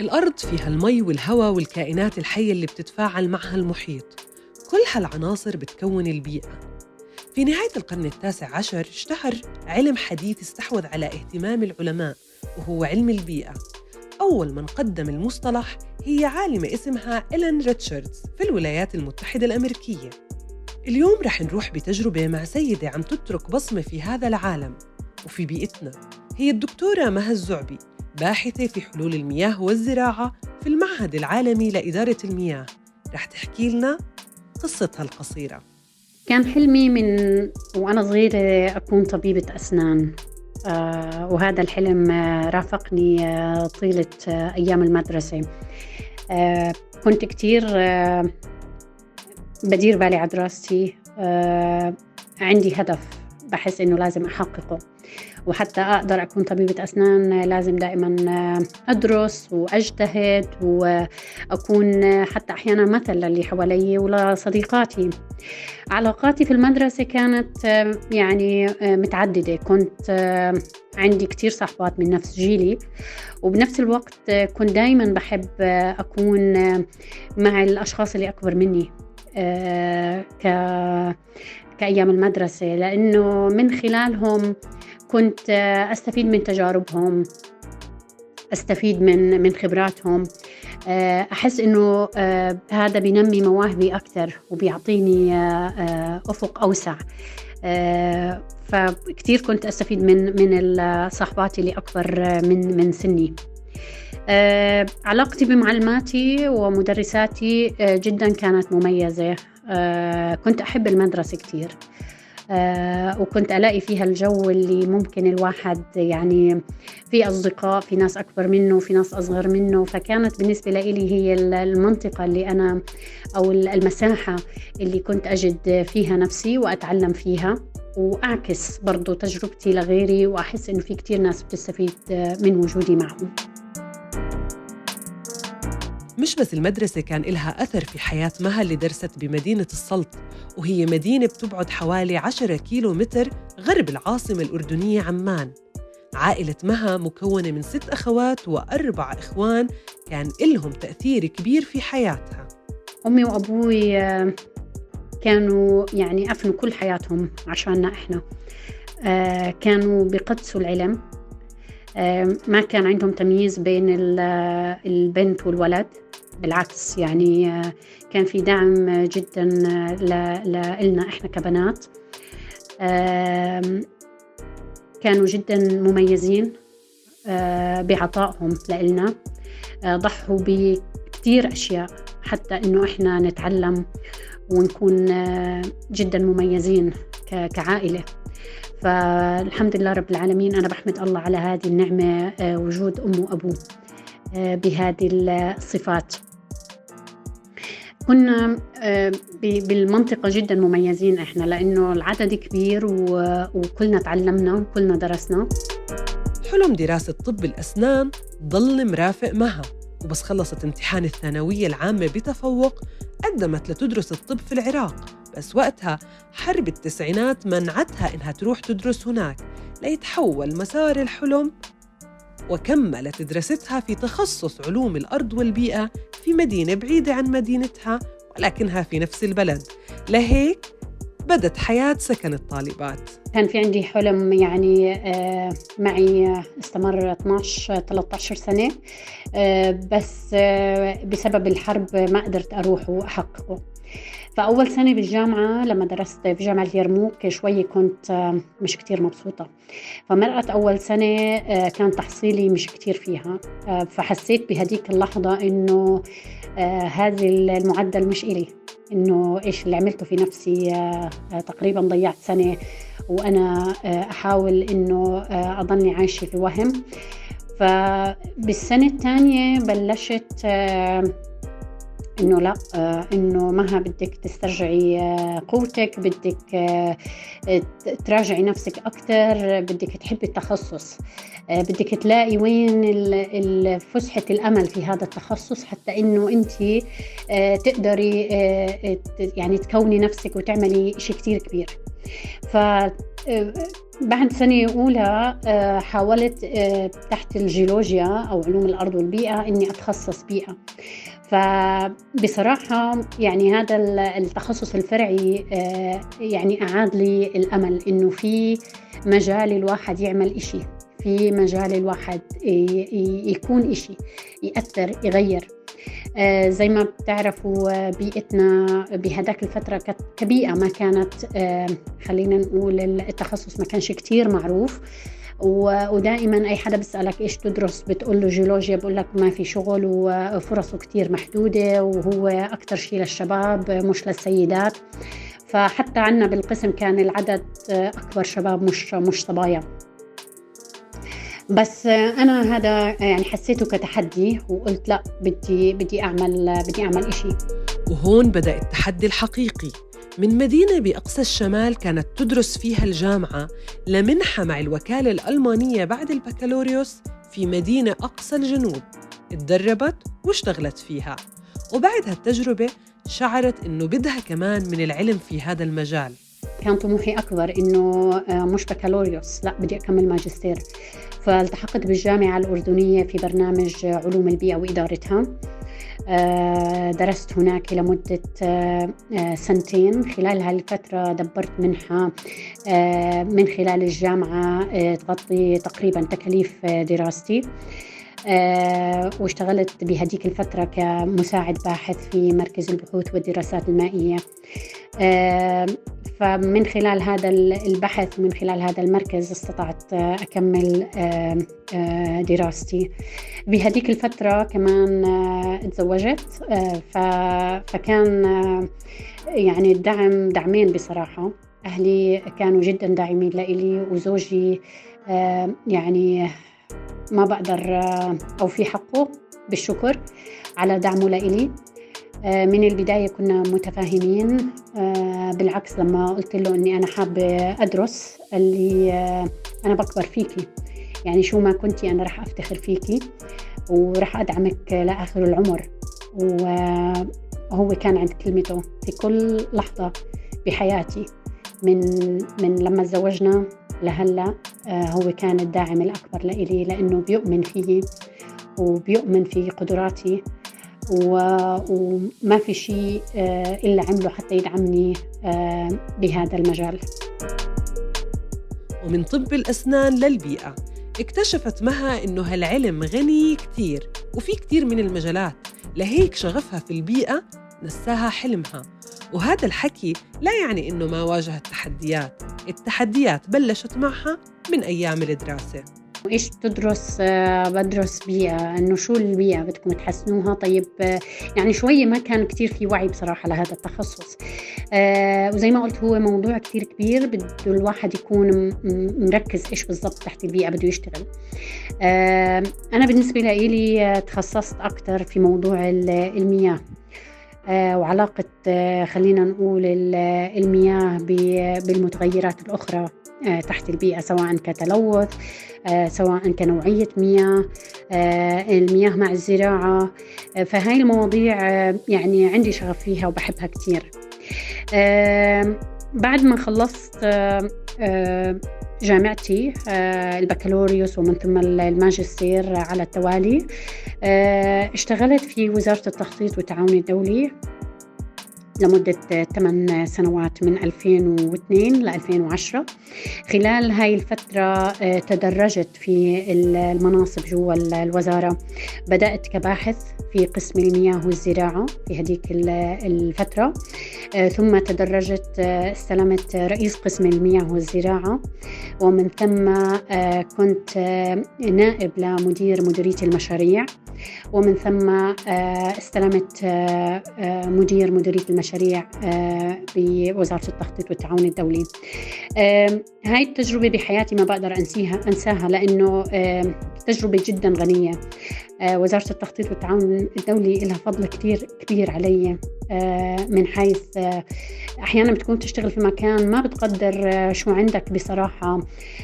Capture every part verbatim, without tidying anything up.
الأرض فيها المي والهواء والكائنات الحية اللي بتتفاعل معها المحيط. كل هالعناصر بتكون البيئة. في نهاية القرن التاسع عشر اشتهر علم حديث استحوذ على اهتمام العلماء، وهو علم البيئة. أول من قدم المصطلح هي عالمة اسمها إلين ريتشاردز في الولايات المتحدة الأمريكية. اليوم رح نروح بتجربة مع سيدة عم تترك بصمة في هذا العالم وفي بيئتنا. هي الدكتورة مها الزعبي، باحثة في حلول المياه والزراعة في المعهد العالمي لإدارة المياه. رح تحكي لنا قصتها القصيرة. كان حلمي من وأنا صغيرة أكون طبيبة أسنان، آه وهذا الحلم آه رافقني آه طيلة آه أيام المدرسة. آه كنت كتير آه بدير بالي على دراستي، آه عندي هدف بحس إنه لازم أحققه، وحتى أقدر أكون طبيبة أسنان لازم دائما أدرس وأجتهد وأكون حتى أحيانا مثل للي حوالي ولصديقاتي. علاقاتي في المدرسة كانت يعني متعددة، كنت عندي كتير صحبات من نفس جيلي، وبنفس الوقت كنت دايما بحب أكون مع الأشخاص اللي أكبر مني ك كأيام المدرسة، لأنه من خلالهم كنت أستفيد من تجاربهم، أستفيد من من خبراتهم. أحس إنه هذا بينمي مواهبي أكثر وبيعطيني أفق أوسع. فكتير كنت أستفيد من من الصحبات اللي أكبر من من سني. علاقتي بمعلماتي ومدرساتي جدا كانت مميزة. كنت أحب المدرسة كتير، آه وكنت ألاقي فيها الجو اللي ممكن الواحد يعني في أصدقاء، في ناس أكبر منه، في ناس أصغر منه. فكانت بالنسبة لي هي المنطقة اللي أنا أو المساحة اللي كنت أجد فيها نفسي وأتعلم فيها وأعكس برضو تجربتي لغيري، وأحس إنه في كتير ناس بتستفيد من وجودي معهم. مش بس المدرسة كان إلها أثر في حياة مها اللي درست بمدينة السلط، وهي مدينة بتبعد حوالي عشرة كيلو متر غرب العاصمة الأردنية عمان. عائلة مها مكونة من ست أخوات وأربع إخوان كان إلهم تأثير كبير في حياتها. أمي وأبوي كانوا يعني أفنوا كل حياتهم عشاننا إحنا. كانوا بيقدسوا العلم، ما كان عندهم تمييز بين البنت والولد، بالعكس يعني كان في دعم جدا لنا إحنا كبنات. كانوا جدا مميزين بعطائهم لنا، ضحوا بكتير أشياء حتى إنه إحنا نتعلم ونكون جدا مميزين كعائلة. فالحمد لله رب العالمين، أنا بحمد الله على هذه النعمة، وجود أم وأبو بهذه الصفات. كنا بالمنطقة جدا مميزين إحنا، لأنه العدد كبير وكلنا تعلمنا وكلنا درسنا. حلم دراسة طب الأسنان ضل مرافق مها، وبس خلصت امتحان الثانوية العامة بتفوق قدمت لتدرس الطب في العراق. بس وقتها حرب التسعينات منعتها إنها تروح تدرس هناك، ليتحول مسار الحلم وكملت دراستها في تخصص علوم الأرض والبيئة في مدينة بعيدة عن مدينتها ولكنها في نفس البلد. لهيك بدت حياة سكن الطالبات. كان في عندي حلم يعني معي استمر اثناشر ثلاثة عشر سنة، بس بسبب الحرب ما قدرت أروح وأحققه. فأول سنة بالجامعة لما درست في جامعة اليرموك شوي كنت مش كتير مبسوطة، فمرقت أول سنة كان تحصيلي مش كتير فيها، فحسيت بهديك اللحظة إنه هذا المعدل مش إلي، إنه إيش اللي عملته في نفسي. تقريبا ضيعت سنة وأنا أحاول إنه أضلني عايشة في وهم. فبالسنة الثانية بلشت إنه لا، إنه مها بدك تسترجعي قوتك، بدك تراجعي نفسك أكتر، بدك تحبي التخصص، بدك تلاقي وين فسحة الأمل في هذا التخصص حتى إنه أنت تقدري يعني تكوني نفسك وتعملي شيء كتير كبير. بعد سنة أولى حاولت تحت الجيولوجيا أو علوم الأرض والبيئة إني أتخصص بيئة. فبصراحة يعني هذا التخصص الفرعي يعني أعاد لي الأمل إنه في مجال الواحد يعمل إشي، في مجال الواحد يكون إشي يأثر يغير. آه زي ما بتعرفوا بيئتنا بهداك الفترة كبيئة ما كانت آه خلينا نقول التخصص ما كانش كتير معروف، ودائما أي حدا بيسألك إيش تدرس بتقول له جيولوجيا، بقول لك ما في شغل وفرصه كتير محدودة، وهو أكتر شيء للشباب مش للسيدات. فحتى عنا بالقسم كان العدد أكبر شباب مش مش صبايا. بس أنا هذا يعني حسيته كتحدي وقلت لا، بدي بدي أعمل بدي أعمل إشي. وهون بدأ التحدي الحقيقي. من مدينة بأقصى الشمال كانت تدرس فيها الجامعة لمنحة مع الوكالة الألمانية بعد البكالوريوس في مدينة أقصى الجنوب، اتدربت واشتغلت فيها، وبعد هالتجربة شعرت إنه بدها كمان من العلم في هذا المجال. كان طموحي أكبر إنه مش بكالوريوس، لا بدي أكمل ماجستير. فالتحقت بالجامعة الأردنية في برنامج علوم البيئة وإدارتها. درست هناك لمدة سنتين. خلال هالفترة دبرت منحة من خلال الجامعة تغطي تقريبا تكاليف دراستي، واشتغلت بهديك الفترة كمساعد باحث في مركز البحوث والدراسات المائية. فمن خلال هذا البحث ومن خلال هذا المركز استطعت أكمل دراستي. بهديك الفترة كمان اتزوجت، فكان يعني الدعم دعمين بصراحة. أهلي كانوا جدا داعمين لإلي، وزوجي يعني ما بقدر أوفي حقه بالشكر على دعمه لإلي. من البداية كنا متفاهمين. بالعكس لما قلت له أني أنا حابة أدرس، قال لي أنا بكبر فيكي، يعني شو ما كنتي أنا رح أفتخر فيكي ورح أدعمك لآخر العمر. وهو كان عند كلمته في كل لحظة بحياتي، من من لما تزوجنا لهلا. هو كان الداعم الأكبر لإلي، لأنه بيؤمن فيي وبيؤمن في قدراتي، وما في شيء إلا عمله حتى يدعمني بهذا المجال. ومن طب الأسنان للبيئة اكتشفت مها إنه هالعلم غني كتير وفي كتير من المجالات، لهيك شغفها في البيئة نساها حلمها. وهذا الحكي لا يعني إنه ما واجهت تحديات، التحديات بلشت معها من أيام الدراسة. وإيش بتدرس؟ بدرس بيئة، إنه شو البيئة بدكم تحسنوها. طيب يعني شوية ما كان كتير في وعي بصراحة لهذا التخصص، وزي ما قلت هو موضوع كتير كبير، بده الواحد يكون مركز إيش بالضبط تحت البيئة بده يشتغل. أنا بالنسبة لي تخصصت أكتر في موضوع المياه وعلاقة خلينا نقول المياه بالمتغيرات الأخرى تحت البيئة، سواء كتلوث، سواء كنوعية مياه، المياه مع الزراعة. فهاي المواضيع يعني عندي شغف فيها وبحبها كتير. بعد ما خلصت جامعتي البكالوريوس ومن ثم الماجستير على التوالي، اشتغلت في وزارة التخطيط والتعاون الدولي لمدة ثمان سنوات من ألفين واثنين ل ألفين وعشرة. خلال هاي الفترة تدرجت في المناصب جوا الوزارة. بدأت كباحث في قسم المياه والزراعة في هذيك الفترة، ثم تدرجت استلمت رئيس قسم المياه والزراعة، ومن ثم كنت نائب لمدير مديرية المشاريع، ومن ثم استلمت مدير مديرية المشاريع بوزارة التخطيط والتعاون الدولي. هاي التجربة بحياتي ما بقدر أنسيها أنساها لأنه تجربة جدا غنية. وزارة التخطيط والتعاون الدولي لها فضل كتير كبير علي، من حيث أحيانا بتكون تشتغل في مكان ما بتقدر شو عندك بصراحة،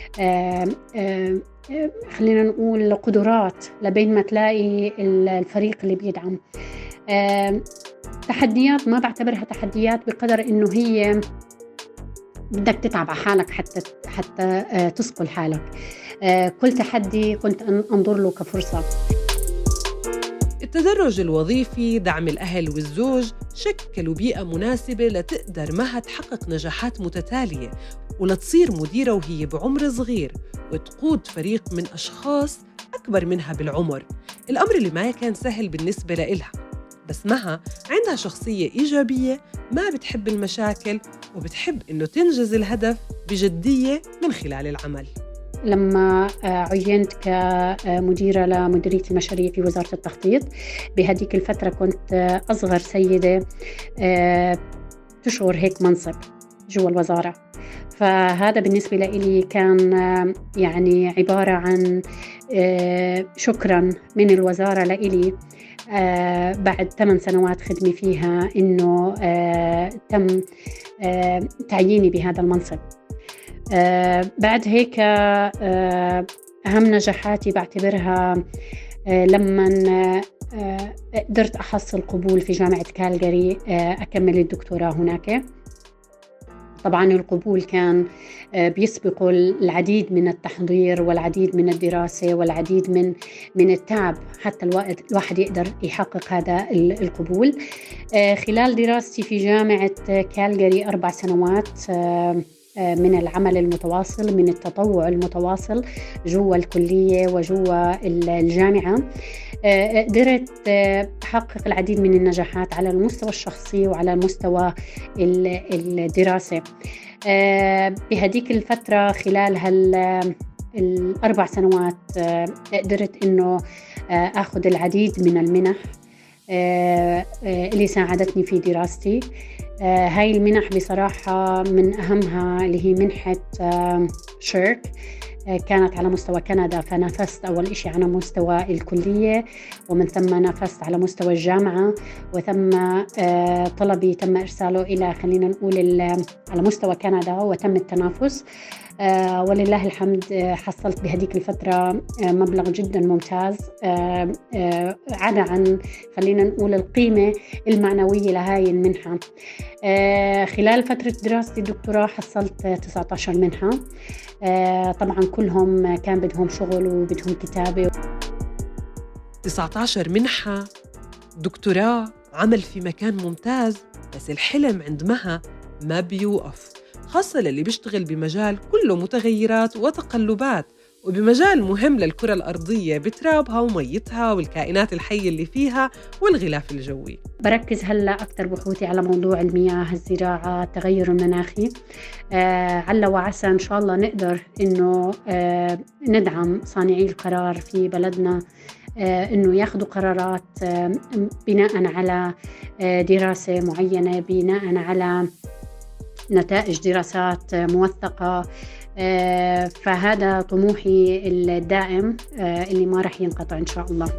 خلينا نقول قدرات، لبين ما تلاقي الفريق اللي بيدعم. تحديات ما بعتبرها تحديات بقدر إنه هي بدك تتعب على حالك حتى حتى تثقل حالك. كل تحدي كنت أنظر له كفرصة. التدرج الوظيفي، دعم الأهل والزوج شكلوا بيئة مناسبة لتقدر مها تحقق نجاحات متتالية ولتصير مديرة وهي بعمر صغير وتقود فريق من أشخاص أكبر منها بالعمر، الأمر اللي ما كان سهل بالنسبة لإلها. بس مها عندها شخصية إيجابية، ما بتحب المشاكل وبتحب إنه تنجز الهدف بجدية من خلال العمل. لما عينت كمديرة لمديرية المشاريع في وزارة التخطيط، بهديك الفترة كنت أصغر سيدة تشعر هيك منصب جوا الوزارة. فهذا بالنسبة لي كان يعني عبارة عن شكراً من الوزارة لإلي بعد ثمان سنوات خدمة فيها، إنه تم تعييني بهذا المنصب. بعد هيك أهم نجاحاتي بعتبرها لما قدرت أحصل قبول في جامعة كالغاري أكمل الدكتوراه هناك. طبعاً القبول كان بيسبقه العديد من التحضير والعديد من الدراسة والعديد من من التعب حتى الوقت الواحد يقدر يحقق هذا القبول. خلال دراستي في جامعة كالغاري أربع سنوات من العمل المتواصل، من التطوع المتواصل جوا الكلية وجوا الجامعة، قدرت أحقق العديد من النجاحات على المستوى الشخصي وعلى المستوى الدراسة. بهديك الفترة خلال هال الأربع سنوات قدرت إنه أخذ العديد من المنح اللي ساعدتني في دراستي. هاي المنح بصراحة من أهمها اللي هي منحة شيرك، كانت على مستوى كندا، فنافست أول إشي على مستوى الكلية ومن ثم نافست على مستوى الجامعة، وثم طلبي تم إرساله إلى خلينا نقول على مستوى كندا وتم التنافس. آه ولله الحمد آه حصلت بهديك الفترة آه مبلغ جدا ممتاز، آه آه عدا عن خلينا نقول القيمة المعنوية لهاي المنحة. آه خلال فترة دراستي الدكتوراه حصلت تسعة عشر منحة، آه طبعا كلهم كان بدهم شغل وبدهم كتابة. تسعة عشر منحة، دكتوراه، عمل في مكان ممتاز، بس الحلم عند مها ما بيوقف، خاصة للي بيشتغل بمجال كله متغيرات وتقلبات، وبمجال مهم للكرة الأرضية بترابها وميتها والكائنات الحية اللي فيها والغلاف الجوي. بركز هلأ أكتر بحوثي على موضوع المياه، الزراعة، التغير المناخي. آه عل وعسى إن شاء الله نقدر إنه آه ندعم صانعي القرار في بلدنا، آه إنه ياخدوا قرارات آه بناء على آه دراسة معينة، بناء على نتائج دراسات موثقة. فهذا طموحي الدائم اللي ما رح ينقطع إن شاء الله.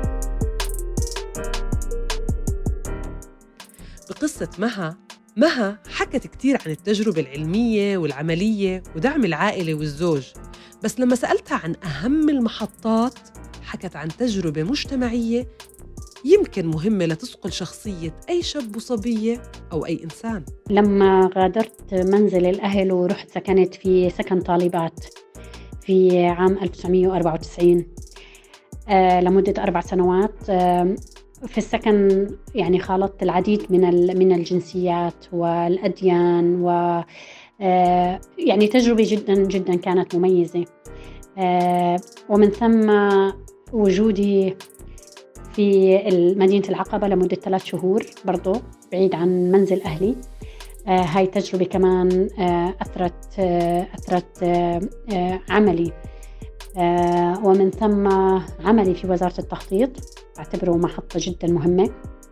بقصة مها، مها حكت كتير عن التجربة العلمية والعملية ودعم العائلة والزوج، بس لما سألتها عن أهم المحطات حكت عن تجربة مجتمعية يمكن مهمة لتصقل شخصية أي شاب وصبية أو أي إنسان. لما غادرت منزل الأهل ورحت سكنت في سكن طالبات في عام ألف وتسعمية وأربعة وتسعين آه لمدة أربع سنوات، آه في السكن يعني خالطت العديد من من الجنسيات والأديان، و آه يعني تجربة جدا جدا كانت مميزة. آه ومن ثم وجودي في مدينة العقبة لمدة ثلاث شهور برضو بعيد عن منزل أهلي، آه هاي تجربة كمان آه أثرت آه أثرت آه آه عملي، آه ومن ثم عملي في وزارة التخطيط أعتبره محطة جدا مهمة.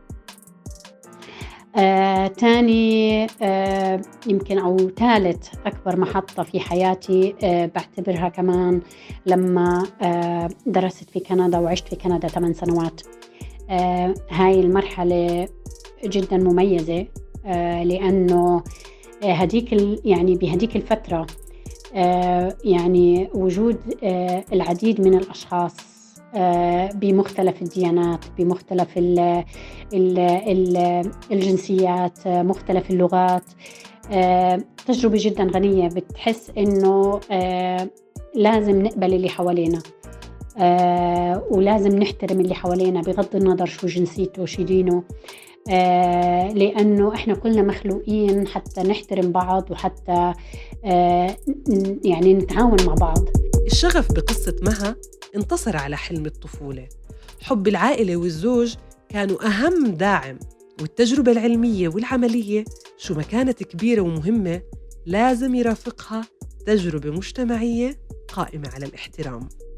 آه تاني آه يمكن أو ثالث أكبر محطة في حياتي آه بعتبرها كمان لما آه درست في كندا وعشت في كندا ثمان سنوات. آه هاي المرحلة جدا مميزة، آه لأنه آه هديك يعني بهديك الفترة آه يعني وجود آه العديد من الأشخاص بمختلف الديانات، بمختلف ال ال ال الجنسيات، مختلف اللغات، آه، تجربة جدا غنية، بتحس إنه آه، لازم نقبل اللي حوالينا، آه، ولازم نحترم اللي حوالينا بغض النظر شو جنسيته شو دينه، آه، لأنه إحنا كلنا مخلوقين حتى نحترم بعض وحتى آه، يعني نتعاون مع بعض. الشغف بقصة مها انتصر على حلم الطفولة. حب العائلة والزوج كانوا أهم داعم، والتجربة العلمية والعملية شو ما كانت كبيرة ومهمة لازم يرافقها تجربة مجتمعية قائمة على الاحترام.